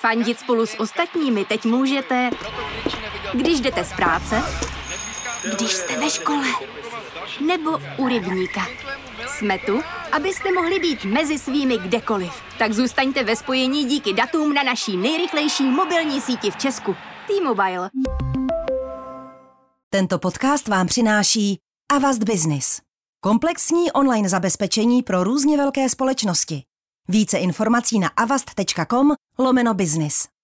Fandit spolu s ostatními teď můžete, když jdete z práce, když jste ve škole, nebo u rybníka. Jsme tu, abyste mohli být mezi svými kdekoliv. Tak zůstaňte ve spojení díky datům na naší nejrychlejší mobilní síti v Česku. T-Mobile. Tento podcast vám přináší Avast Business. Komplexní online zabezpečení pro různě velké společnosti. Více informací na avast.com/business.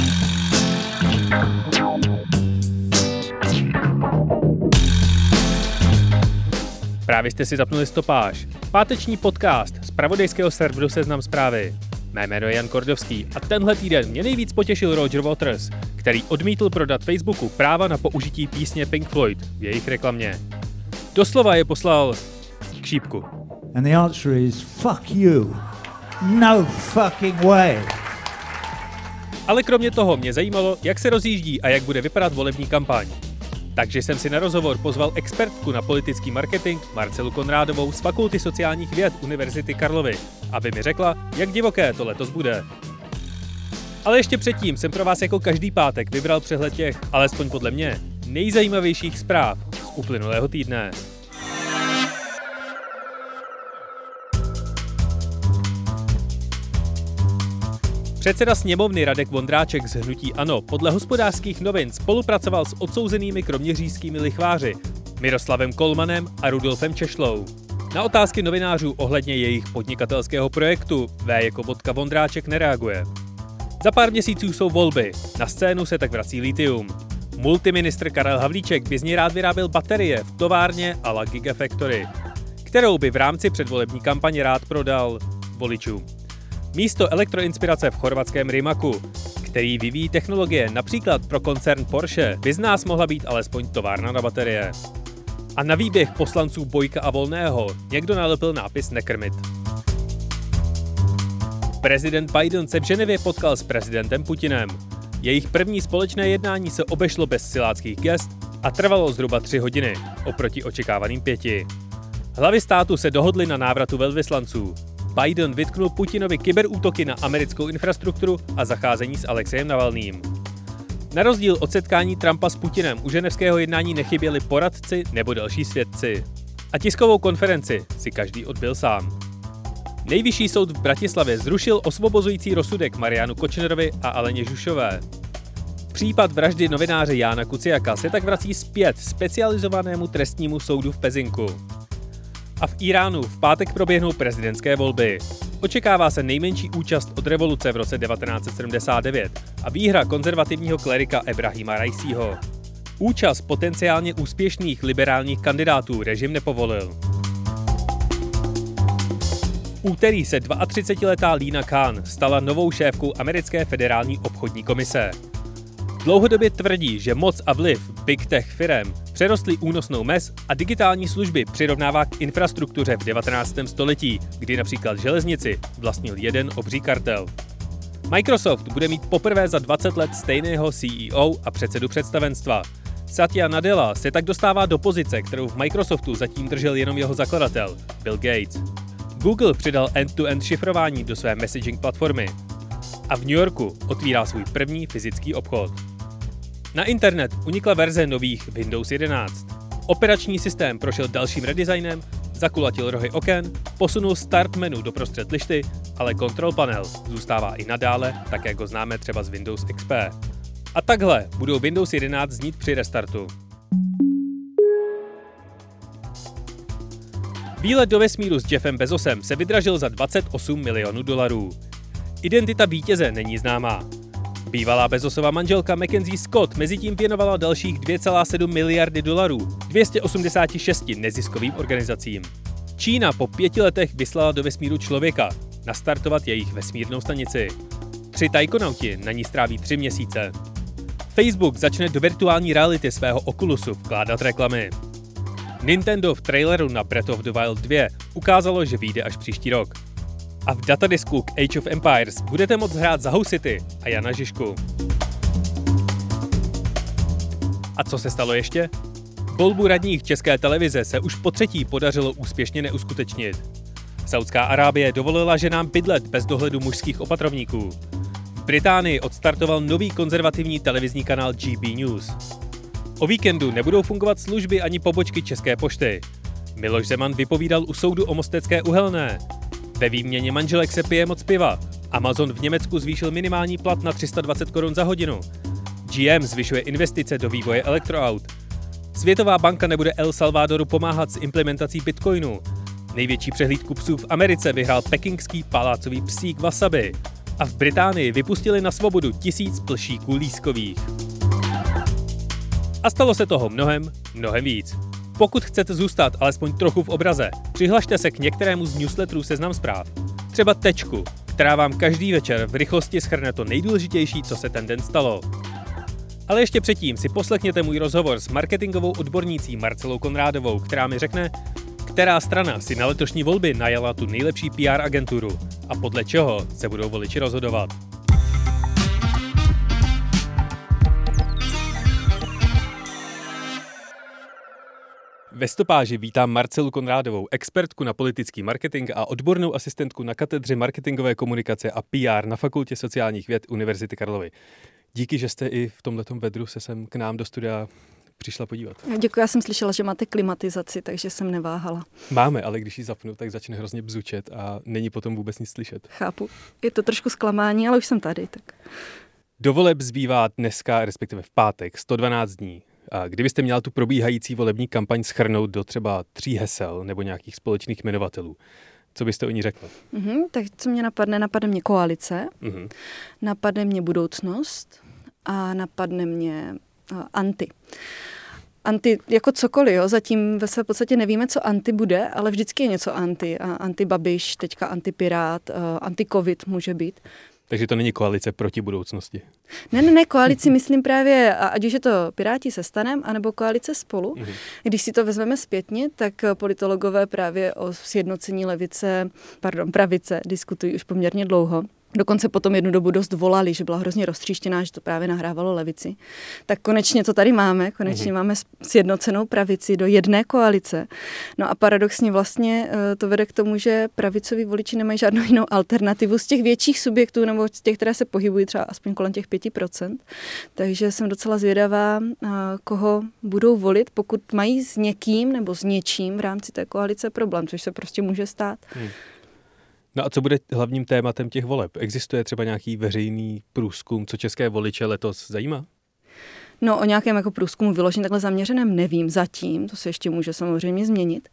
Právě jste si zapnuli Stopáž, páteční podcast z zpravodajského serveru Seznam Zprávy. Mé jméno je Jan Kordovský a tenhle týden mě nejvíc potěšil Roger Waters, který odmítl prodat Facebooku práva na použití písně Pink Floyd v jejich reklamě. Doslova je poslal k šípku. And the answer is fuck you. No fucking way. Ale kromě toho mě zajímalo, jak se rozjíždí a jak bude vypadat volební kampaň. Takže jsem si na rozhovor pozval expertku na politický marketing Marcelu Konrádovou z Fakulty sociálních věd Univerzity Karlovy, aby mi řekla, jak divoké to letos bude. Ale ještě předtím jsem pro vás jako každý pátek vybral přehled těch, alespoň podle mě, nejzajímavějších zpráv z uplynulého týdne. Předseda sněmovny Radek Vondráček z hnutí ANO podle Hospodářských novin spolupracoval s odsouzenými kroměřížskými lichváři Miroslavem Kolmanem a Rudolfem Češlou. Na otázky novinářů ohledně jejich podnikatelského projektu V jako vodka Vondráček nereaguje. Za pár měsíců jsou volby, na scénu se tak vrací lithium. Multiministr Karel Havlíček by z něj rád vyráběl baterie v továrně a la Gigafactory, kterou by v rámci předvolební kampaně rád prodal voličům. Místo elektroinspirace v chorvatském Rimaku, který vyvíjí technologie například pro koncern Porsche, by z nás mohla být alespoň továrna na baterie. A na výběh poslanců Bojka a Volného někdo nalepil nápis nekrmit. Prezident Biden se v Ženevě potkal s prezidentem Putinem. Jejich první společné jednání se obešlo bez siláckých gest a trvalo zhruba 3 hodiny, oproti očekávaným 5. Hlavy státu se dohodly na návratu velvyslanců. Biden vytknul Putinovi kyberútoky na americkou infrastrukturu a zacházení s Alexejem Navalným. Na rozdíl od setkání Trumpa s Putinem u ženevského jednání nechyběli poradci nebo další svědci. A tiskovou konferenci si každý odbyl sám. Nejvyšší soud v Bratislavě zrušil osvobozující rozsudek Marianu Kočnerovi a Aleně Žušové. Případ vraždy novináře Jána Kuciaka se tak vrací zpět specializovanému trestnímu soudu v Pezinku. A v Iránu v pátek proběhnou prezidentské volby. Očekává se nejmenší účast od revoluce v roce 1979 a výhra konzervativního klerika Ebrahima Raisího. Účast potenciálně úspěšných liberálních kandidátů režim nepovolil. V úterý se 32letá Lina Khan stala novou šéfkou americké federální obchodní komise. Dlouhodobě tvrdí, že moc a vliv big tech firem přerostly únosnou mez a digitální služby přirovnává k infrastruktuře v 19. století, kdy například železnici vlastnil jeden obří kartel. Microsoft bude mít poprvé za 20 let stejného CEO a předsedu představenstva. Satya Nadella se tak dostává do pozice, kterou v Microsoftu zatím držel jenom jeho zakladatel, Bill Gates. Google přidal end-to-end šifrování do své messaging platformy. A v New Yorku otvírá svůj první fyzický obchod. Na internet unikla verze nových Windows 11. Operační systém prošel dalším redesignem, zakulatil rohy oken, posunul start menu do prostřed lišty, ale control panel zůstává i nadále, tak jak ho známe třeba z Windows XP. A takhle budou Windows 11 znít při restartu. Výlet do vesmíru s Jeffem Bezosem se vydražil za $28 milionů. Identita vítěze není známá. Bývalá Bezosova manželka Mackenzie Scott mezitím věnovala dalších $2,7 miliardy 286 neziskovým organizacím. Čína po 5 letech vyslala do vesmíru člověka nastartovat jejich vesmírnou stanici. 3 tajkonauti na ní stráví 3 měsíce. Facebook začne do virtuální reality svého Oculusu vkládat reklamy. Nintendo v traileru na Breath of the Wild 2 ukázalo, že vyjde až příští rok. A v datadisku k Age of Empires budete moct hrát za Housity a Jana Žižku. A co se stalo ještě? Volbu radních České televize se už po 3. podařilo úspěšně neuskutečnit. Saudská Arábie dovolila ženám bydlet bez dohledu mužských opatrovníků. V Británii odstartoval nový konzervativní televizní kanál GB News. O víkendu nebudou fungovat služby ani pobočky České pošty. Miloš Zeman vypovídal u soudu o Mostecké uhelné. Ve výměně manželek se pije moc piva. Amazon v Německu zvýšil minimální plat na 320 Kč za hodinu. GM zvyšuje investice do vývoje elektroaut. Světová banka nebude El Salvadoru pomáhat s implementací bitcoinu. Největší přehlídku psů v Americe vyhrál pekingský palácový psík Wasabi. A v Británii vypustili na svobodu 1000 plšíků lískových. A stalo se toho mnohem víc. Pokud chcete zůstat alespoň trochu v obraze, přihlašte se k některému z newsletterů Seznam zpráv. Třeba Tečku, která vám každý večer v rychlosti shrne to nejdůležitější, co se ten den stalo. Ale ještě předtím si poslechněte můj rozhovor s marketingovou odbornící Marcelou Konrádovou, která mi řekne, která strana si na letošní volby najala tu nejlepší PR agenturu a podle čeho se budou voliči rozhodovat. Ve stopáži vítám Marcelu Konrádovou, expertku na politický marketing a odbornou asistentku na katedře marketingové komunikace a PR na Fakultě sociálních věd Univerzity Karlovy. Díky, že jste i v tomhletom vedru se sem k nám do studia přišla podívat. Děkuji, já jsem slyšela, že máte klimatizaci, takže jsem neváhala. Máme, ale když ji zapnu, tak začne hrozně bzučet a není potom vůbec nic slyšet. Chápu. Je to trošku zklamání, ale už jsem tady. Tak. Do voleb zbývá dneska, respektive v pátek, 112 dní. A kdybyste měla tu probíhající volební kampaň shrnout do třeba 3 hesel nebo nějakých společných jmenovatelů, co byste o ní řekla? Tak co mě napadne? Napadne mě koalice, napadne mě budoucnost a napadne mě anti. Anti jako cokoliv, jo? Zatím ve své podstatě nevíme, co anti bude, ale vždycky je něco anti. Anti-Babiš, teďka anti-Pirát, anti-Covid může být. Takže to není koalice proti budoucnosti. Ne, koalici myslím právě, ať už je to Piráti se STANem, anebo koalice Spolu. Když si to vezmeme zpětně, tak politologové právě o sjednocení pravice diskutují už poměrně dlouho. Dokonce potom jednu dobu dost volali, že byla hrozně roztříštěná, že to právě nahrávalo levici. Tak konečně to tady máme, máme sjednocenou pravici do jedné koalice. No a paradoxně vlastně to vede k tomu, že pravicoví voliči nemají žádnou jinou alternativu z těch větších subjektů nebo z těch, které se pohybují třeba aspoň kolem těch 5%. Takže jsem docela zvědavá, koho budou volit, pokud mají s někým nebo s něčím v rámci té koalice problém, což se prostě může stát. No a co bude hlavním tématem těch voleb? Existuje třeba nějaký veřejný průzkum, co české voliče letos zajímá? No o nějakém jako průzkumu vyloženě takhle zaměřeném nevím zatím, to se ještě může samozřejmě změnit.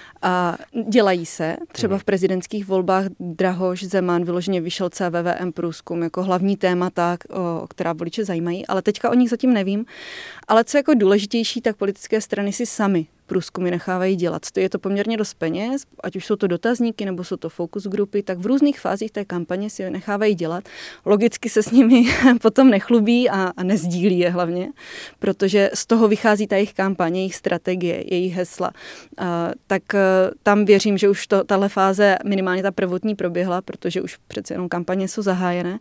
A dělají se, třeba v prezidentských volbách Drahoš, Zeman, vyloženě vyšel CVVM průzkum jako hlavní témata, která voliče zajímají, ale teďka o nich zatím nevím. Ale co jako důležitější, tak politické strany si sami průzkumy nechávají dělat. Je to poměrně dost peněz, ať už jsou to dotazníky nebo jsou to focus grupy, tak v různých fázích té kampaně si je nechávají dělat. Logicky se s nimi potom nechlubí a nezdílí je hlavně, protože z toho vychází ta jejich kampaně, jejich strategie, jejich hesla. Tak tam věřím, že už tahle fáze, minimálně ta prvotní proběhla, protože už přece jenom kampaně jsou zahájené.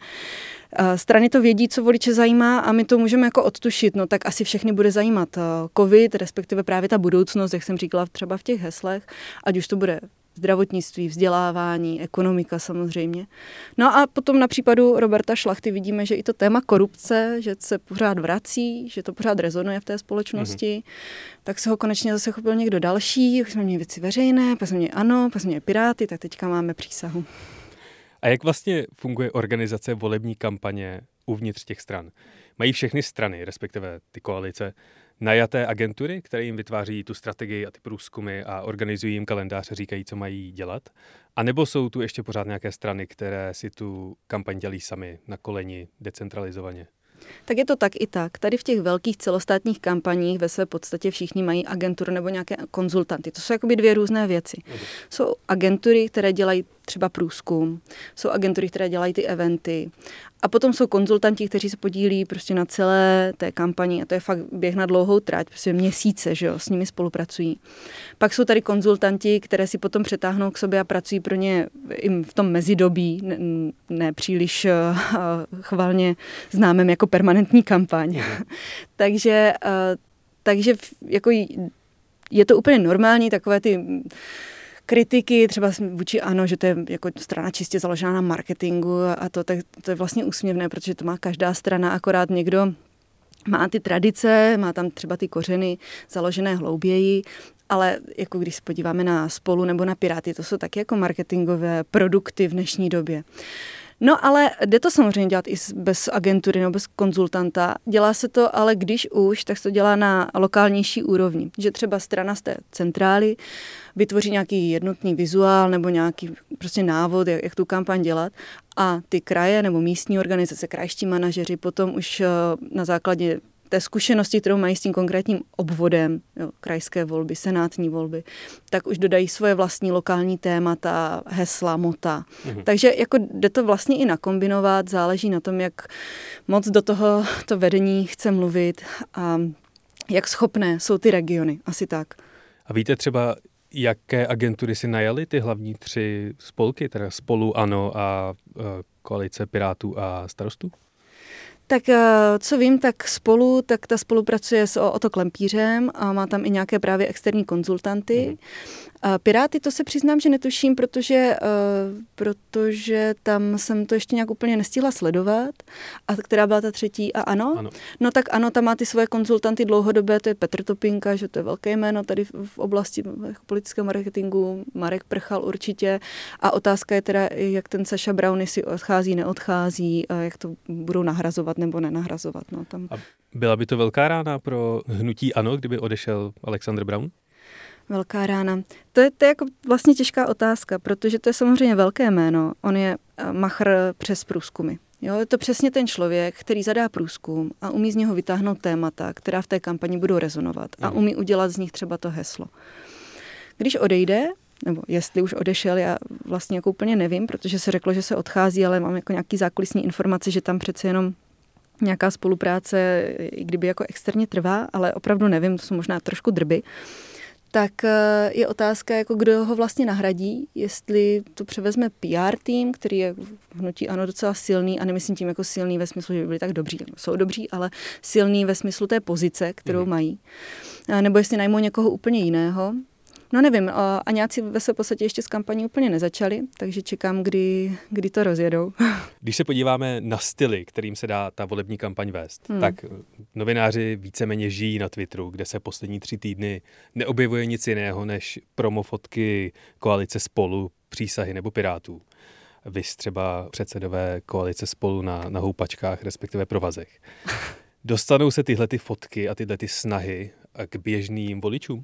Strany to vědí, co voliče zajímá a my to můžeme jako odtušit, no tak asi všechny bude zajímat covid, respektive právě ta budoucnost, jak jsem říkala třeba v těch heslech, ať už to bude zdravotnictví, vzdělávání, ekonomika samozřejmě. No a potom na případu Roberta Šlachty vidíme, že i to téma korupce, že se pořád vrací, že to pořád rezonuje v té společnosti, tak se ho konečně zase chopil někdo další, už jsme měli Věci veřejné, pak jsme měli ANO, pak jsme měli Piráty, tak teďka máme Přísahu. A jak vlastně funguje organizace volební kampaně uvnitř těch stran? Mají všechny strany, respektive ty koalice, najaté agentury, které jim vytváří tu strategii a ty průzkumy a organizují jim kalendář a říkají, co mají dělat? A nebo jsou tu ještě pořád nějaké strany, které si tu kampaň dělí sami na koleni, decentralizovaně? Tak je to tak i tak. Tady v těch velkých celostátních kampaních ve své podstatě všichni mají agenturu nebo nějaké konzultanty. To jsou jakoby 2 různé věci. Jsou agentury, které dělají třeba průzkum, jsou agentury, které dělají ty eventy a potom jsou konzultanti, kteří se podílí prostě na celé té kampani a to je fakt běh na dlouhou trať, prostě měsíce, že jo, s nimi spolupracují. Pak jsou tady konzultanti, které si potom přetáhnou k sobě a pracují pro ně i v tom mezidobí, ne příliš chvalně známém jako permanentní kampaň. Takže jako je to úplně normální, takové ty kritiky, třeba vůči ANO, že to je jako strana čistě založená na marketingu a to je vlastně úsměvné, protože to má každá strana, akorát někdo má ty tradice, má tam třeba ty kořeny založené hlouběji, ale jako když se podíváme na Spolu nebo na Piráty, to jsou taky jako marketingové produkty v dnešní době. No ale jde to samozřejmě dělat i bez agentury nebo bez konzultanta. Dělá se to, ale když už, tak se to dělá na lokálnější úrovni. Že třeba strana z té centrály vytvoří nějaký jednotný vizuál nebo nějaký prostě návod, jak tu kampaň dělat. A ty kraje nebo místní organizace, krajští manažeři potom už na základě té zkušenosti, kterou mají s tím konkrétním obvodem, jo, krajské volby, senátní volby, tak už dodají svoje vlastní lokální témata, hesla, mota. Takže jako jde to vlastně i nakombinovat, záleží na tom, jak moc do toho to vedení chce mluvit a jak schopné jsou ty regiony, asi tak. A víte třeba, jaké agentury si najaly ty hlavní 3 spolky, teda Spolu, ANO a koalice Pirátů a Starostů? Tak co vím, tak Spolu, tak ta spolupracuje s Otto Klempířem a má tam i nějaké právě externí konzultanty. Piráty, to se přiznám, že netuším, protože tam jsem to ještě nějak úplně nestihla sledovat. A která byla ta třetí? A ANO? No tak ANO, tam má ty svoje konzultanty dlouhodobé, to je Petr Topinka, že to je velké jméno tady v oblasti politického marketingu, Marek Prchal určitě. A otázka je teda, jak ten Saša Brown, jestli odchází, neodchází, a jak to budou nahrazovat nebo nenahrazovat. No, tam. A byla by to velká rána pro hnutí ANO, kdyby odešel Alexander Brown? Velká rána. To je jako vlastně těžká otázka, protože to je samozřejmě velké jméno. On je machr přes průzkumy. Jo, je to přesně ten člověk, který zadá průzkum a umí z něho vytáhnout témata, která v té kampani budou rezonovat a umí udělat z nich třeba to heslo. Když odejde, nebo jestli už odešel, já vlastně jako úplně nevím, protože se řeklo, že se odchází, ale mám jako nějaký zákulisní informace, že tam přece jenom nějaká spolupráce, i kdyby jako externě trvá, ale opravdu nevím, to jsou možná trošku drby. Tak je otázka, jako kdo ho vlastně nahradí, jestli to převezme PR tým, který je v hnutí ANO docela silný, a nemyslím tím jako silný ve smyslu, že by byli tak dobří, jsou dobří, ale silný ve smyslu té pozice, kterou mají. Nebo jestli najmou někoho úplně jiného. No nevím, a nějací ve své podstatě ještě s kampaní úplně nezačali, takže čekám, kdy to rozjedou. Když se podíváme na styly, kterým se dá ta volební kampaň vést, tak novináři víceméně žijí na Twitteru, kde se poslední 3 týdny neobjevuje nic jiného než promofotky koalice Spolu, Přísahy nebo Pirátů. Viz třeba předsedové koalice Spolu na houpačkách, respektive provazech. Dostanou se tyhle ty fotky a tyhle ty snahy k běžným voličům?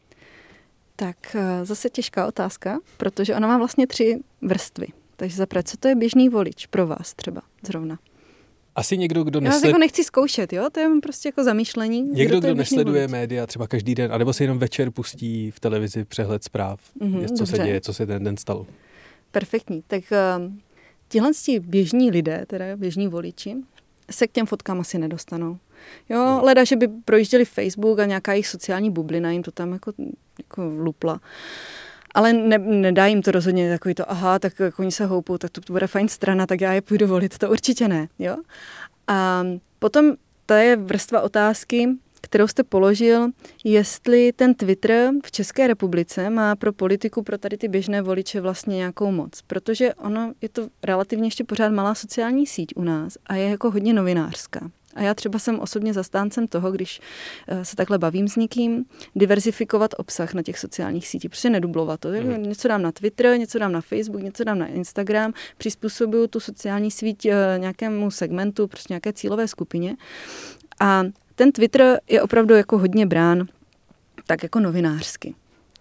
Tak zase těžká otázka, protože ona má vlastně 3 vrstvy. Takže zaprvé, co to je běžný volič pro vás třeba zrovna? Asi někdo, kdo Já jako nechci zkoušet, jo? To je prostě jako zamýšlení. Někdo, kdo nesleduje média třeba každý den, anebo si jenom večer pustí v televizi přehled zpráv, co se děje, co se ten den stalo. Perfektní. Tak tihle běžní lidé, teda běžní voliči, se k těm fotkám asi nedostanou. Jo, leda, že by projížděli Facebook a nějaká jejich sociální bublina jim to tam jako lupla. Ale nedá jim to rozhodně takový to, aha, tak jako oni se houpou, tak to bude fajn strana, tak já je půjdu volit, to určitě ne. Jo? A potom to je vrstva otázky, kterou jste položil, jestli ten Twitter v České republice má pro politiku, pro tady ty běžné voliče vlastně nějakou moc. Protože ono je to relativně ještě pořád malá sociální síť u nás a je jako hodně novinářská. A já třeba jsem osobně zastáncem toho, když se takhle bavím s někým, diverzifikovat obsah na těch sociálních sítích, prostě nedublovat to. Něco dám na Twitter, něco dám na Facebook, něco dám na Instagram, přizpůsobuju tu sociální síť nějakému segmentu, prostě nějaké cílové skupině. A ten Twitter je opravdu jako hodně brán tak jako novinářsky.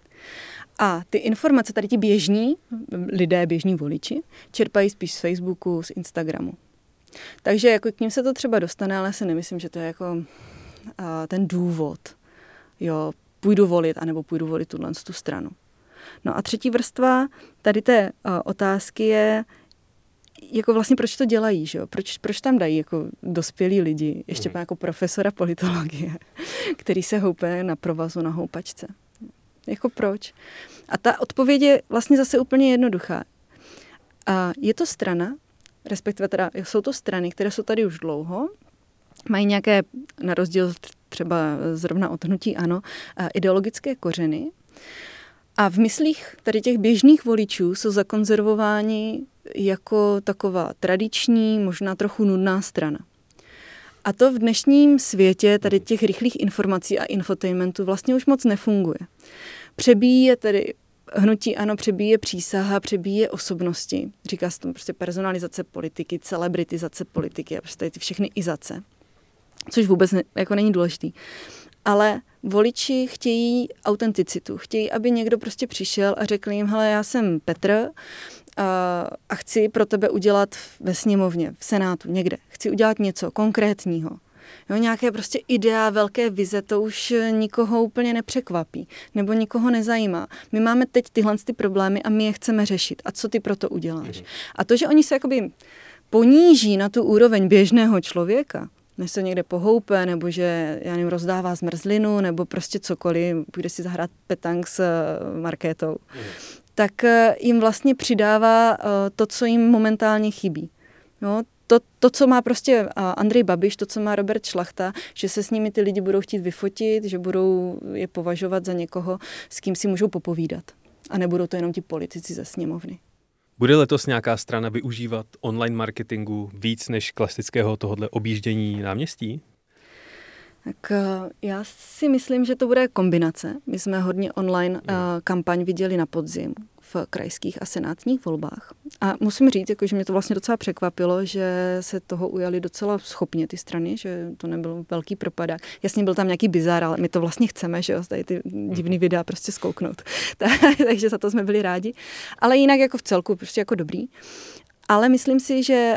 A ty informace, tady ti běžní lidé, běžní voliči, čerpají spíš z Facebooku, z Instagramu. Takže jako k ním se to třeba dostane, ale si nemyslím, že to je jako ten důvod. Jo, půjdu volit, anebo půjdu volit tu stranu. No a třetí vrstva tady té otázky je, jako vlastně proč to dělají, že jo? Proč tam dají jako dospělí lidi, ještě jako profesora politologie, který se houpe na provazu na houpačce. Jako proč? A ta odpověď je vlastně zase úplně jednoduchá. A je to strana, respektive teda jsou to strany, které jsou tady už dlouho, mají nějaké, na rozdíl třeba zrovna od hnutí ANO, ideologické kořeny A v myslích tady těch běžných voličů jsou zakonzervováni jako taková tradiční, možná trochu nudná strana. A to v dnešním světě tady těch rychlých informací a infotainmentu vlastně už moc nefunguje. Přebíje tedy hnutí ANO, přebíje přísaha, přebíje osobnosti. Říká se tomu prostě personalizace politiky, celebritizace politiky a prostě ty všechny izace. Což vůbec jako není důležitý. Ale voliči chtějí autenticitu. Chtějí, aby někdo prostě přišel a řekl jim, hele, já jsem Petr a chci pro tebe udělat ve sněmovně, v Senátu, někde. Chci udělat něco konkrétního. Jo, nějaké prostě idea, velké vize, to už nikoho úplně nepřekvapí, nebo nikoho nezajímá. My máme teď tyhle problémy a my je chceme řešit. A co ty pro to uděláš? A to, že oni se jakoby poníží na tu úroveň běžného člověka, než se někde pohoupe, nebo že, já nevím, rozdává zmrzlinu, nebo prostě cokoliv, půjde si zahrát petang s Markétou, tak jim vlastně přidává to, co jim momentálně chybí. Jo? To, co má prostě Andrej Babiš, to, co má Robert Šlachta, že se s nimi ty lidi budou chtít vyfotit, že budou je považovat za někoho, s kým si můžou popovídat. A nebudou to jenom ti politici ze sněmovny. Bude letos nějaká strana využívat online marketingu víc než klasického tohodle objíždění náměstí? Tak já si myslím, že to bude kombinace. My jsme hodně online kampaň viděli na podzim v krajských a senátních volbách. A musím říct, že mě to vlastně docela překvapilo, že se toho ujali docela schopně ty strany, že to nebyl velký propadák. Jasně, byl tam nějaký bizár, ale my to vlastně chceme, že jo, tady ty divný videa prostě zkouknout. Takže za to jsme byli rádi. Ale jinak jako v celku, prostě jako dobrý. Ale myslím si, že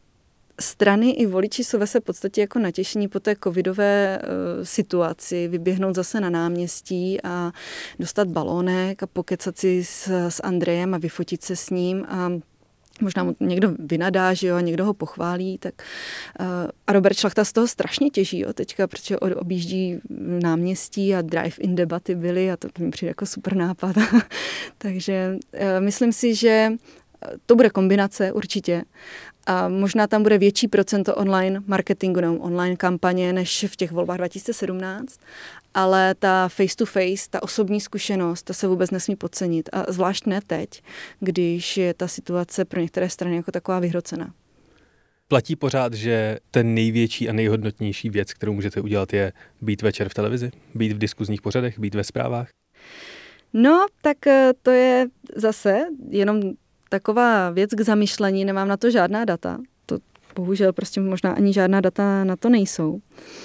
strany i voliči jsou ve své podstatě jako natěšení po té covidové situaci, vyběhnout zase na náměstí a dostat balónek a pokecat si s Andrejem a vyfotit se s ním a možná mu někdo vynadá, že jo, a někdo ho pochválí, tak a Robert Šlachta z toho strašně těží, jo, teďka, protože objíždí náměstí a drive-in debaty byly a to mi přijde jako super nápad. Takže myslím si, že to bude kombinace určitě. A možná tam bude větší procento online marketingu nebo online kampaně než v těch volbách 2017, ale ta face-to-face, ta osobní zkušenost, ta se vůbec nesmí podcenit. A zvlášť ne teď, když je ta situace pro některé strany jako taková vyhrocená. Platí pořád, že ten největší a nejhodnotnější věc, kterou můžete udělat, je být večer v televizi, být v diskuzních pořadech, být ve zprávách? No, tak to je zase jenom taková věc k zamyšlení, nemám na to žádná data. To bohužel prostě možná ani žádná data na to nejsou.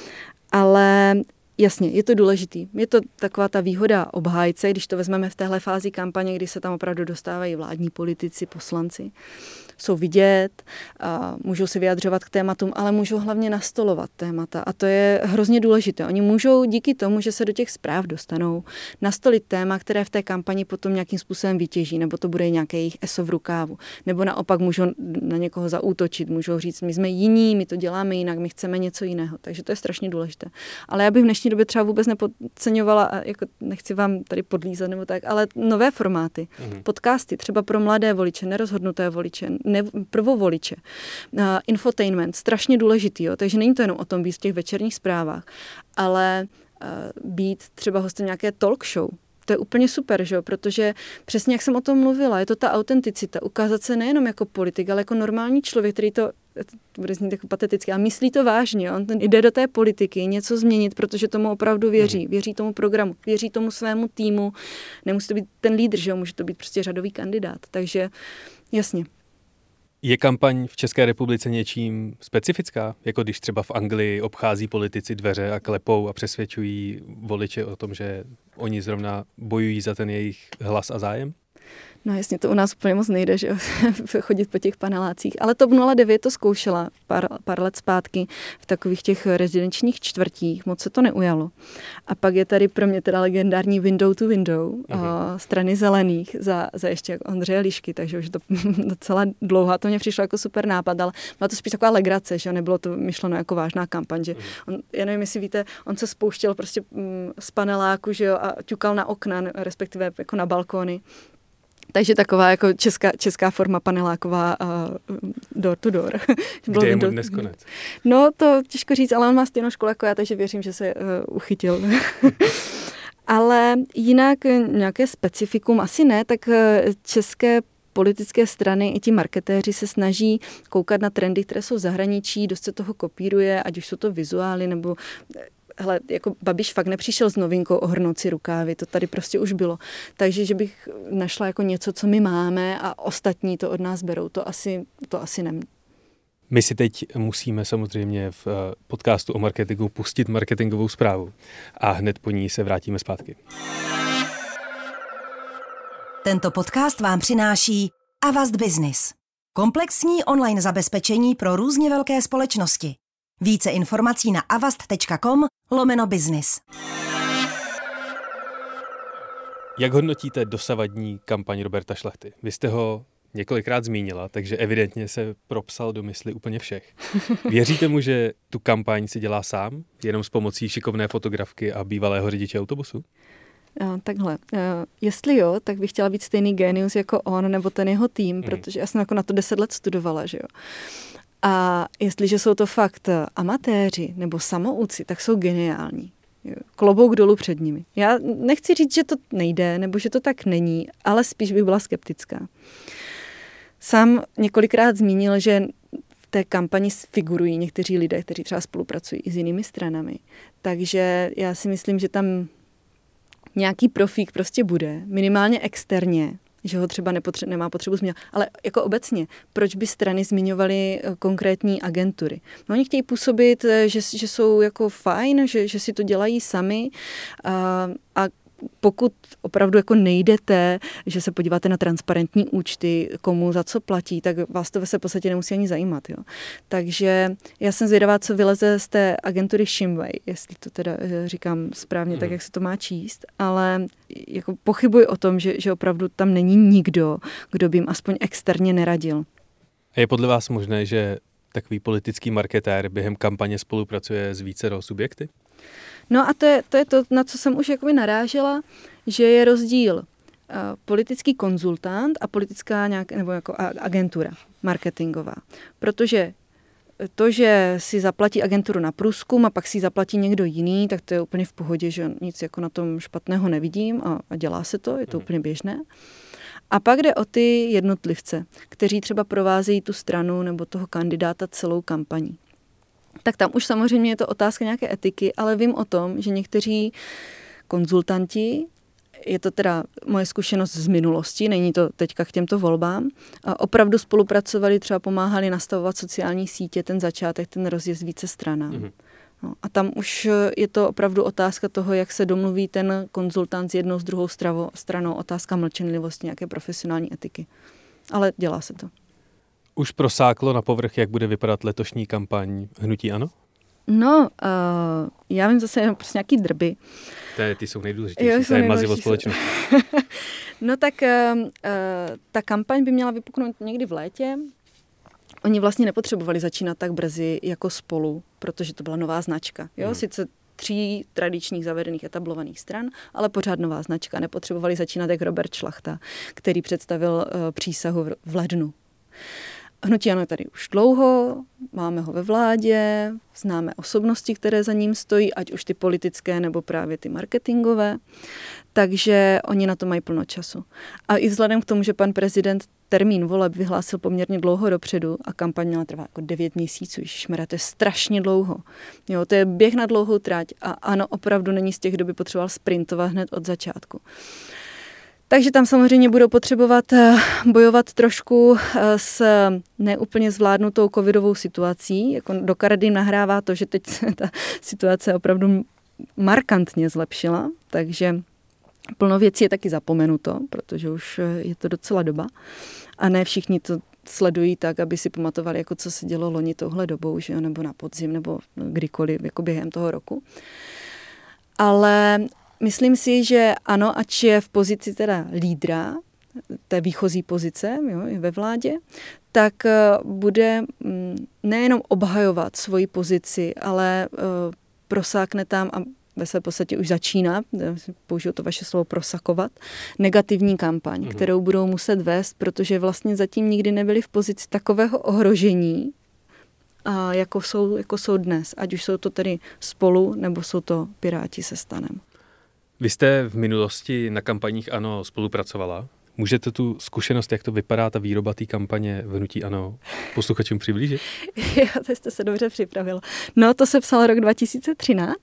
Ale jasně, je to důležitý. Je to taková ta výhoda obhájce, když to vezmeme v téhle fázi kampaně, kdy se tam opravdu dostávají vládní politici, poslanci. Jsou vidět, můžou se vyjadřovat k tématům, ale můžou hlavně nastolovat témata. A to je hrozně důležité. Oni můžou díky tomu, že se do těch zpráv dostanou, nastolit téma, které v té kampani potom nějakým způsobem vytěží, nebo to bude nějaké jejich eso v rukávu. Nebo naopak můžou na někoho zaútočit, můžou říct, my jsme jiní, my to děláme jinak, my chceme něco jiného. Takže to je strašně důležité. Ale já bych v dnešní době třeba vůbec nepodceňovala, a jako nechci vám tady podlízat nebo tak, ale nové formáty, podcasty, třeba pro mladé voliče, nerozhodnuté voliče, prvovoliče. Infotainment, strašně důležitý, jo? Takže není to jenom o tom být v těch večerních zprávách, ale být třeba hostem nějaké talk show. To je úplně super, že jo? Protože přesně jak jsem o tom mluvila, je to ta autenticita, ukázat se nejenom jako politik, ale jako normální člověk, který to bude znít jako pateticky, ale myslí to vážně. On jde do té politiky něco změnit, protože tomu opravdu věří. Věří tomu programu, věří tomu svému týmu. Nemusí to být ten lídr, že jo? Může to být prostě řadový kandidát. Takže jasně. Je kampaň v České republice něčím specifická? Jako když třeba v Anglii obchází politici dveře a klepou a přesvědčují voliče o tom, že oni zrovna bojují za ten jejich hlas a zájem? No jasně, to u nás úplně moc nejde, že jo, chodit po těch panelácích. Ale TOP 09 to zkoušela pár let zpátky v takových těch rezidenčních čtvrtích, moc se to neujalo. A pak je tady pro mě teda legendární window to window strany zelených za ještě Ondřeje Lišky, takže už to docela dlouho. To mě přišlo jako super nápad, ale byla to spíš taková legrace, že nebylo to myšleno jako vážná kampaň, že já nevím, jestli víte, on se spouštěl prostě z paneláku, že jo, a ťukal na okna, respektive jako na balkony. Takže taková jako česká forma paneláková door to door. Kde je mu dnes konec? No to těžko říct, ale on má stejnou školu jako já, takže věřím, že se uchytil. Ale jinak nějaké specifikum asi ne, tak české politické strany i ti marketéři se snaží koukat na trendy, které jsou v zahraničí, dost se toho kopíruje, ať už jsou to vizuály nebo... Hele, jako Babiš fakt nepřišel s novinkou ohrnout si rukávy, to tady prostě už bylo. Takže, že bych našla jako něco, co my máme a ostatní to od nás berou, to asi ne. My si teď musíme samozřejmě v podcastu o marketingu pustit marketingovou zprávu a hned po ní se vrátíme zpátky. Tento podcast vám přináší Avast Business. Komplexní online zabezpečení pro různě velké společnosti. Více informací na avast.com/business. Jak hodnotíte dosavadní kampaň Roberta Šlachty? Vy jste ho několikrát zmínila, takže evidentně se propsal do mysli úplně všech. Věříte mu, že tu kampaň si dělá sám, jenom s pomocí šikovné fotografky a bývalého řidiče autobusu? Takhle, jestli jo, tak bych chtěla být stejný génius jako on nebo ten jeho tým, protože já jsem jako na to 10 let studovala, že jo. A jestliže jsou to fakt amatéři nebo samouci, tak jsou geniální. Klobouk dolů před nimi. Já nechci říct, že to nejde, nebo že to tak není, ale spíš bych byla skeptická. Sám několikrát zmínil, že v té kampani figurují někteří lidé, kteří třeba spolupracují i s jinými stranami. Takže já si myslím, že tam nějaký profík prostě bude, minimálně externě, že ho třeba nemá potřebu zmiňovat, ale jako obecně, proč by strany zmiňovaly konkrétní agentury? No, oni chtějí působit, že jsou jako fajn, že si to dělají sami a pokud opravdu jako nejdete, že se podíváte na transparentní účty, komu za co platí, tak vás to ve své podstatě nemusí ani zajímat. Jo. Takže já jsem zvědavá, co vyleze z té agentury Shimway, jestli to teda říkám správně, tak jak se to má číst, ale jako pochybuji o tom, že opravdu tam není nikdo, kdo by jim aspoň externě neradil. A je podle vás možné, že takový politický marketér během kampaně spolupracuje s vícero subjekty? No a to je to, na co jsem už jakoby narážela, že je rozdíl politický konzultant a politická nebo jako agentura marketingová. Protože to, že si zaplatí agenturu na průzkum a pak si zaplatí někdo jiný, tak to je úplně v pohodě, že nic jako na tom špatného nevidím a dělá se to, je to úplně běžné. A pak jde o ty jednotlivce, kteří třeba provázejí tu stranu nebo toho kandidáta celou kampaní. Tak tam už samozřejmě je to otázka nějaké etiky, ale vím o tom, že někteří konzultanti, je to teda moje zkušenost z minulosti, není to teďka k těmto volbám, opravdu spolupracovali, třeba pomáhali nastavovat sociální sítě, ten začátek, ten rozjezd více stranám. Mm-hmm. No, a tam už je to opravdu otázka toho, jak se domluví ten konzultant s jednou, s druhou stranou, otázka mlčenlivosti, nějaké profesionální etiky. Ale dělá se to. Už prosáklo na povrch, jak bude vypadat letošní kampaň hnutí ANO? No, já vím zase prostě nějaký drby. Ty jsou nejdůležitější, to je mazivo společnosti. No tak ta kampaň by měla vypuknout někdy v létě. Oni vlastně nepotřebovali začínat tak brzy jako Spolu, protože to byla nová značka. Jo? Sice 3 tradičních zavedených etablovaných stran, ale pořád nová značka. Nepotřebovali začínat jak Robert Šlachta, který představil přísahu v lednu. Hnutí ANO je tady už dlouho, máme ho ve vládě, známe osobnosti, které za ním stojí, ať už ty politické nebo právě ty marketingové, takže oni na to mají plno času. A i vzhledem k tomu, že pan prezident termín voleb vyhlásil poměrně dlouho dopředu a kampaň měla trvat jako 9 měsíců, ježišmarja, to je strašně dlouho. Jo, to je běh na dlouhou trať a ANO opravdu není z těch, kdo by potřeboval sprintovat hned od začátku. Takže tam samozřejmě budou potřebovat bojovat trošku s neúplně zvládnutou covidovou situací. Jako do karet jim nahrává to, že teď se ta situace opravdu markantně zlepšila, takže plno věcí je taky zapomenuto, protože už je to docela doba. A ne všichni to sledují tak, aby si pamatovali, jako co se dělo loni touhle dobou, že jo, nebo na podzim, nebo kdykoliv jako během toho roku. Ale myslím si, že ano, ač je v pozici teda lídra, té výchozí pozice, jo, je ve vládě, tak bude nejenom obhajovat svoji pozici, ale prosákne tam a ve své podstatě už začíná, použiju to vaše slovo prosakovat, negativní kampaň, kterou budou muset vést, protože vlastně zatím nikdy nebyli v pozici takového ohrožení, jako jsou dnes. Ať už jsou to tedy Spolu, nebo jsou to Piráti se STANem. Vy jste v minulosti na kampaních ANO spolupracovala. Můžete tu zkušenost, jak to vypadá, ta výroba té kampaně v hnutí ANO, posluchačům přiblížit? Jo, to jste se dobře připravil. No, to se psal rok 2013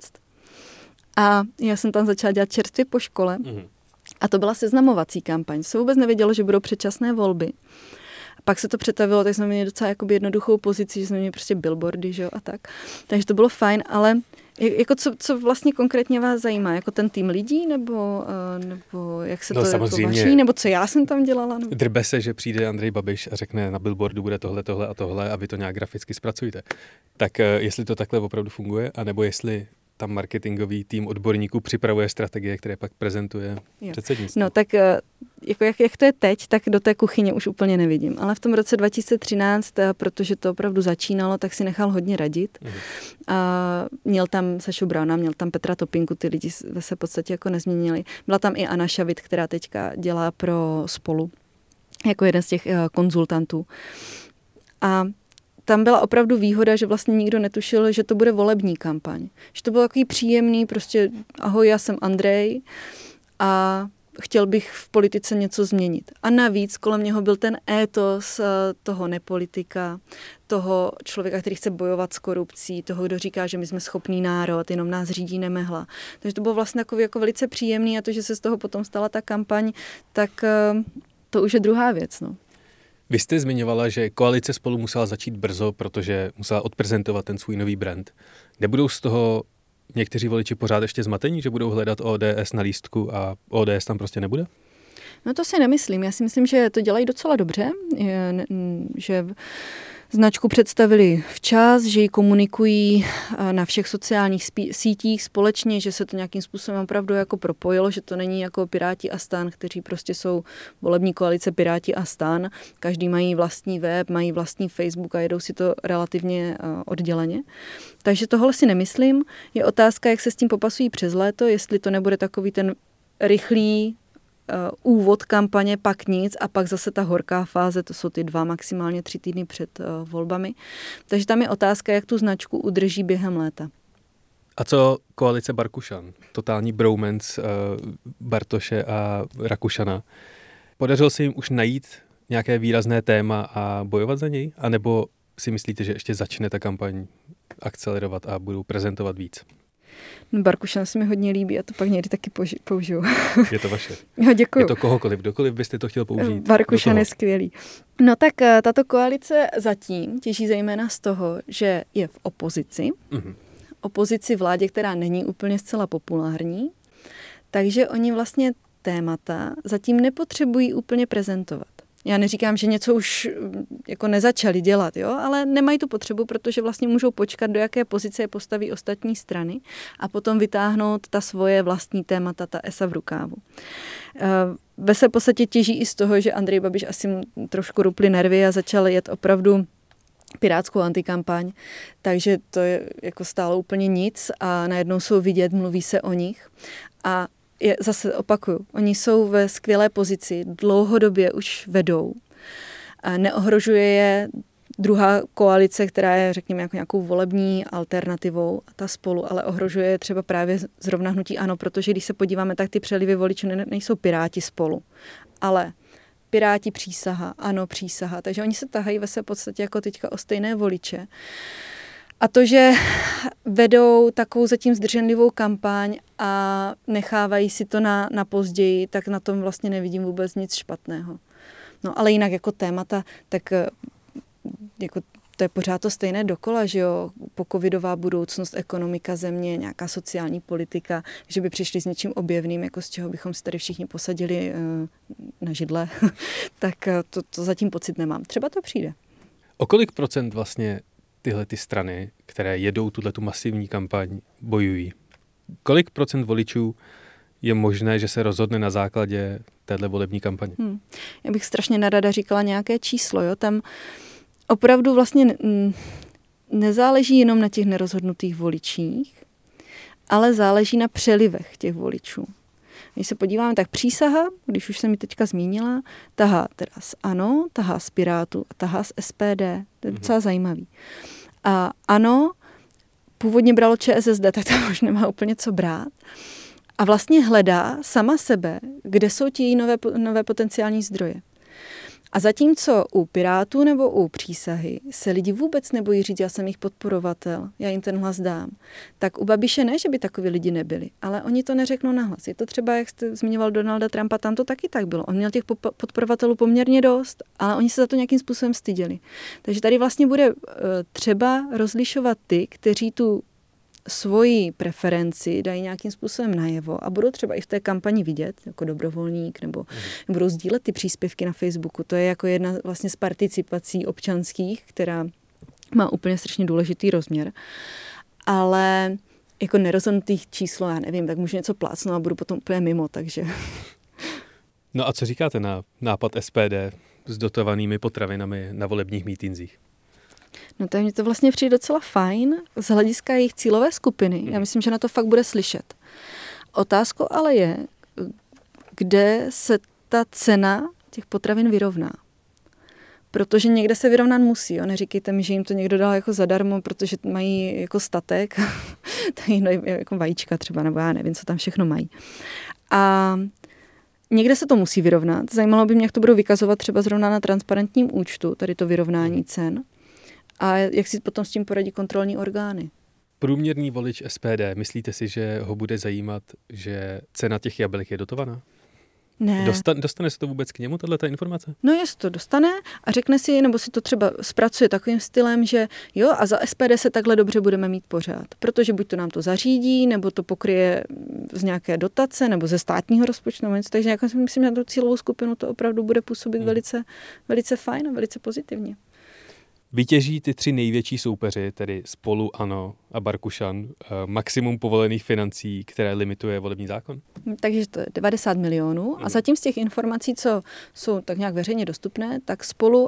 a já jsem tam začala dělat čerstvě po škole a to byla seznamovací kampaň. Se vůbec nevědělo, že budou předčasné volby. A pak se to přetavilo, tak jsme měli docela jakoby jednoduchou pozici, že jsme měli prostě billboardy, že jo, a tak. Takže to bylo fajn, ale jako co vlastně konkrétně vás zajímá? Jako ten tým lidí, nebo jak se to jako vaší, nebo co já jsem tam dělala? Nebo? Drbe se, že přijde Andrej Babiš a řekne, na billboardu bude tohle a tohle a vy to nějak graficky zpracujete. Tak jestli to takhle opravdu funguje, anebo jestli tam marketingový tým odborníků připravuje strategie, které pak prezentuje předsednictvo. No tak jako jak to je teď, tak do té kuchyně už úplně nevidím. Ale v tom roce 2013, protože to opravdu začínalo, tak si nechal hodně radit. A měl tam Sašu Brauna, měl tam Petra Topinku, ty lidi se v podstatě jako nezměnili. Byla tam i Anna Šavit, která teďka dělá pro Spolu, jako jeden z těch konzultantů. A tam byla opravdu výhoda, že vlastně nikdo netušil, že to bude volební kampaň. Že to bylo takový příjemný, prostě ahoj, já jsem Andrej a chtěl bych v politice něco změnit. A navíc kolem něho byl ten étos toho nepolitika, toho člověka, který chce bojovat s korupcí, toho, kdo říká, že my jsme schopný národ, jenom nás řídí nemehla. Takže to bylo vlastně jako velice příjemný a to, že se z toho potom stala ta kampaň, tak to už je druhá věc, no. Vy jste zmiňovala, že koalice Spolu musela začít brzo, protože musela odprezentovat ten svůj nový brand. Nebudou z toho někteří voliči pořád ještě zmatení, že budou hledat ODS na lístku a ODS tam prostě nebude? No to si nemyslím. Já si myslím, že to dělají docela dobře, že značku představili včas, že ji komunikují na všech sociálních sítích společně, že se to nějakým způsobem opravdu jako propojilo, že to není jako Piráti a STAN, kteří prostě jsou volební koalice Piráti a STAN. Každý mají vlastní web, mají vlastní Facebook a jedou si to relativně odděleně. Takže tohle si nemyslím. Je otázka, jak se s tím popasují přes léto, jestli to nebude takový ten rychlý úvod kampaně, pak nic a pak zase ta horká fáze, to jsou ty 2, maximálně 3 týdny před volbami. Takže tam je otázka, jak tu značku udrží během léta. A co koalice Barkušan? Totální bromance Bartoše a Rakušana. Podařilo se jim už najít nějaké výrazné téma a bojovat za něj? A nebo si myslíte, že ještě začne ta kampaň akcelerovat a budou prezentovat víc? Barkušan se mi hodně líbí a to pak někdy taky použiju. Je to vaše. Jo, děkuju. Je to kohokoliv, kdokoliv byste to chtěl použít. Barkušan je skvělý. No tak tato koalice zatím těží zejména z toho, že je v opozici. Opozici vládě, která není úplně zcela populární. Takže oni vlastně témata zatím nepotřebují úplně prezentovat. Já neříkám, že něco už jako nezačali dělat, jo, ale nemají tu potřebu, protože vlastně můžou počkat, do jaké pozice je postaví ostatní strany a potom vytáhnout ta svoje vlastní témata, ta esa v rukávu. Ve se v podstatě těží i z toho, že Andrej Babiš asi mu trošku ruply nervy a začal jet opravdu pirátskou antikampaň, takže to je jako stálo úplně nic a najednou jsou vidět, mluví se o nich a zase opakuju, oni jsou ve skvělé pozici, dlouhodobě už vedou. Neohrožuje je druhá koalice, která je, řekněme, jako nějakou volební alternativou, ta Spolu, ale ohrožuje je třeba právě zrovna hnutí ANO, protože když se podíváme, tak ty přelivy voličů nejsou Piráti Spolu, ale Piráti Přísaha, ANO Přísaha, takže oni se tahají ve své podstatě jako teďka o stejné voliče. A to, že vedou takovou zatím zdrženlivou kampaň a nechávají si to na později, tak na tom vlastně nevidím vůbec nic špatného. No ale jinak jako témata, tak jako to je pořád to stejné dokola, že jo, pocovidová budoucnost, ekonomika země, nějaká sociální politika, že by přišli s něčím objevným, jako z čeho bychom si tady všichni posadili na židle, tak to zatím pocit nemám. Třeba to přijde. O kolik procent vlastně tyhle ty strany, které jedou tuhletu masivní kampaň, bojují? Kolik procent voličů je možné, že se rozhodne na základě téhle volební kampaně? Já bych strašně nerada říkala nějaké číslo, jo, tam opravdu vlastně nezáleží jenom na těch nerozhodnutých voličích, ale záleží na přelivech těch voličů. Když se podíváme, tak Přísaha, když už jsem ji teďka zmínila, tahá teda z ANO, tahá z Pirátů a tahá z SPD. To je docela zajímavý. A ANO původně bralo ČSSD, tak tam už nemá úplně co brát. A vlastně hledá sama sebe, kde jsou ti její nové potenciální zdroje. A zatímco u Pirátů nebo u Přísahy se lidi vůbec nebojí říct, já jsem jich podporovatel, já jim ten hlas dám, tak u Babiše ne, že by takoví lidi nebyli, ale oni to neřeknou nahlas. Je to třeba, jak jste zmiňoval Donalda Trumpa, tam to taky tak bylo. On měl těch podporovatelů poměrně dost, ale oni se za to nějakým způsobem styděli. Takže tady vlastně bude třeba rozlišovat ty, kteří tu svoji preferenci dají nějakým způsobem najevo a budou třeba i v té kampani vidět jako dobrovolník nebo budou sdílet ty příspěvky na Facebooku. To je jako jedna vlastně z participací občanských, která má úplně strašně důležitý rozměr. Ale jako nerozhodnutých číslo, já nevím, tak můžu něco plácnout a budu potom úplně mimo, takže... No a co říkáte na nápad SPD s dotovanými potravinami na volebních mítinzích? No to mně to vlastně přijde docela fajn z hlediska jejich cílové skupiny. Já myslím, že na to fakt bude slyšet. Otázkou ale je, kde se ta cena těch potravin vyrovná. Protože někde se vyrovnat musí. Jo? Neříkejte mi, že jim to někdo dal jako zadarmo, protože mají jako statek, jako vajíčka třeba, nebo já nevím, co tam všechno mají. A někde se to musí vyrovnat. Zajímalo by mě, jak to budou vykazovat třeba zrovna na transparentním účtu, tady to vyrovnání cen. A jak si potom s tím poradí kontrolní orgány? Průměrný volič SPD, myslíte si, že ho bude zajímat, že cena těch jablek je dotovaná? Ne. Dostane se to vůbec k němu, tato informace? No jestli to dostane a řekne si, nebo si to třeba zpracuje takovým stylem, že jo, a za SPD se takhle dobře budeme mít pořád. Protože buď to nám to zařídí, nebo to pokryje z nějaké dotace, nebo ze státního rozpočtu, nebo něco. Takže já myslím, že na tu cílovou skupinu to opravdu bude působit velice, velice fajn a velice pozitivně. Vytěží ty 3 největší soupeři, tedy Spolu, ANO a Barkušan, maximum povolených financí, které limituje volební zákon? Takže to je 90 milionů a zatím z těch informací, co jsou tak nějak veřejně dostupné, tak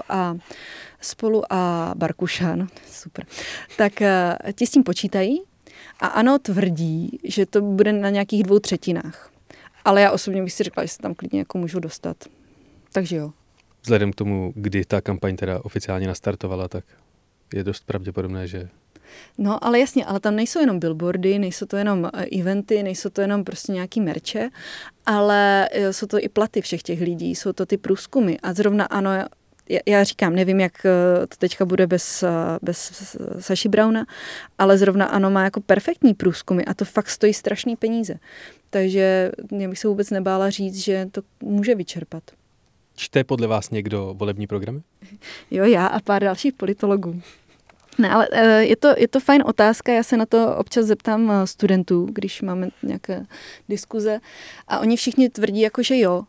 Spolu a Barkušan, super, tak ti s tím počítají a ANO tvrdí, že to bude na nějakých 2/3. Ale já osobně bych si řekla, že se tam klidně jako můžu dostat. Takže jo. Vzhledem k tomu, kdy ta kampaň teda oficiálně nastartovala, tak je dost pravděpodobné, že... No, ale jasně, ale tam nejsou jenom billboardy, nejsou to jenom eventy, nejsou to jenom prostě nějaký merče, ale jsou to i platy všech těch lidí, jsou to ty průzkumy. A zrovna ANO, já říkám, nevím, jak to teďka bude bez Saši Brauna, ale zrovna ANO má jako perfektní průzkumy a to fakt stojí strašný peníze. Takže já bych se vůbec nebála říct, že to může vyčerpat. Čte podle vás někdo volební programy? Jo, já a pár dalších politologů. Ne, ale je to fajn otázka, já se na to občas zeptám studentů, když máme nějaké diskuze a oni všichni tvrdí jako, že jo.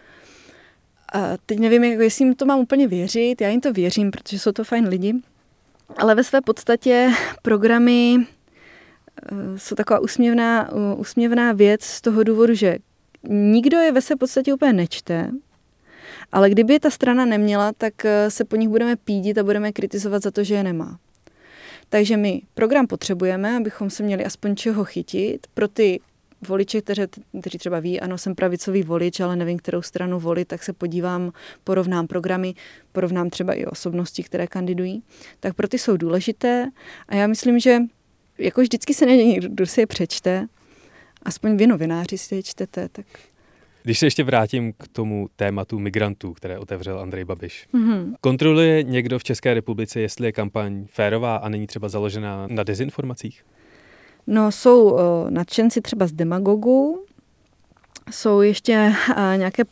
A teď nevím, jestli jim to mám úplně věřit, já jim to věřím, protože jsou to fajn lidi, ale ve své podstatě programy jsou taková úsměvná věc z toho důvodu, že nikdo je ve své podstatě úplně nečte, ale kdyby je ta strana neměla, tak se po nich budeme pídit a budeme kritizovat za to, že je nemá. Takže my program potřebujeme, abychom se měli aspoň čeho chytit. Pro ty voliče, kteří třeba ví, ano, jsem pravicový volič, ale nevím, kterou stranu volit, tak se podívám, porovnám programy, porovnám třeba i osobnosti, které kandidují. Tak pro ty jsou důležité a já myslím, že jako vždycky se nejde někdo, kdo si je přečte, aspoň vy novináři si je čtete, tak... Když se ještě vrátím k tomu tématu migrantů, které otevřel Andrej Babiš. Kontroluje někdo v České republice, jestli je kampaň férová a není třeba založená na dezinformacích? No, jsou nadšenci třeba z demagogů, jsou ještě nějaké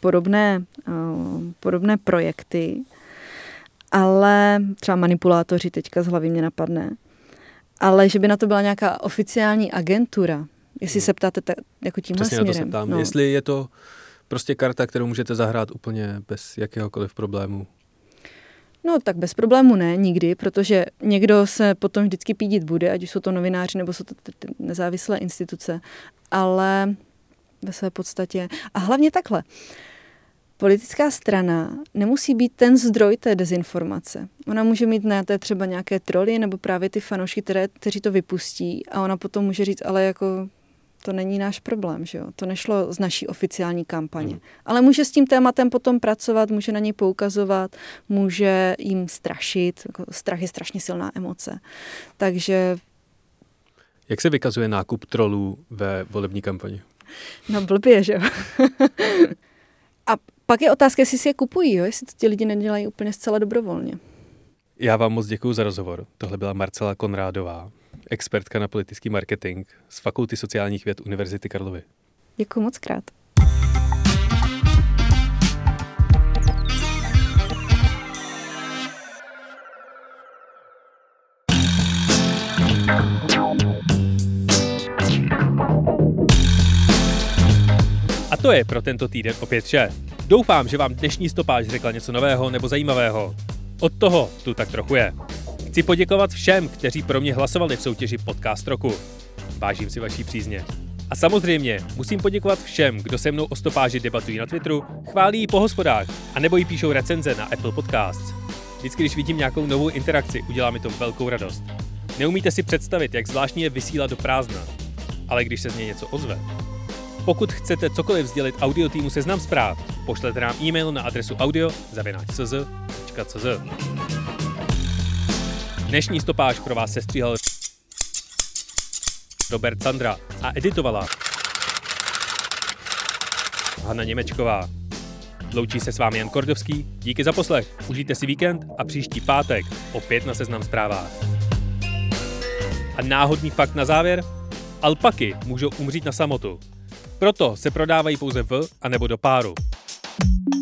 podobné projekty, ale třeba manipulátoři teďka z hlavy mě napadne, ale že by na to byla nějaká oficiální agentura, jestli se ptáte jako tímhle přesně směrem. Přesně na to se ptám. No. Jestli je to prostě karta, kterou můžete zahrát úplně bez jakéhokoliv problému. No tak bez problému ne, nikdy, protože někdo se potom vždycky pídit bude, ať už jsou to novináři nebo jsou to nezávislé instituce, ale ve své podstatě. A hlavně takhle. Politická strana nemusí být ten zdroj té dezinformace. Ona může mít na té třeba nějaké troly nebo právě ty fanoušky, kteří to vypustí a ona potom může říct, ale jako to není náš problém, že jo? To nešlo z naší oficiální kampaně. Ale může s tím tématem potom pracovat, může na něj poukazovat, může jim strašit. Strach je strašně silná emoce. Takže... Jak se vykazuje nákup trolů ve volební kampani? No blbě, že jo. A pak je otázka, jestli si je kupují, jo? Jestli to ti lidi nedělají úplně zcela dobrovolně. Já vám moc děkuju za rozhovor. Tohle byla Marcela Konrádová, expertka na politický marketing z Fakulty sociálních věd Univerzity Karlovy. Děkuju moc krát. A to je pro tento týden opět vše. Doufám, že vám dnešní stopáž řekla něco nového nebo zajímavého. Od toho tu tak trochu je. Chci poděkovat všem, kteří pro mě hlasovali v soutěži Podcast roku. Vážím si vaší přízně. A samozřejmě musím poděkovat všem, kdo se mnou o stopáži debatují na Twitteru, chválí ji po hospodách a nebo jí píšou recenze na Apple Podcasts. Vždycky, když vidím nějakou novou interakci, udělá mi to velkou radost. Neumíte si představit, jak zvláštní je vysílat do prázdna, ale když se z něj něco ozve. Pokud chcete cokoliv sdělit audio týmu Seznam Zpráv, pošlete nám e-mail na adresu audio@cz.cz. Dnešní stopáž pro vás sestříhal Robert Sandra a editovala Hana Němečková. Loučí se s vámi Jan Kordovský, díky za poslech, užijte si víkend a příští pátek opět na Seznam Zprávách. A náhodný fakt na závěr, alpaky můžou umřít na samotu. Proto se prodávají pouze v a nebo do páru.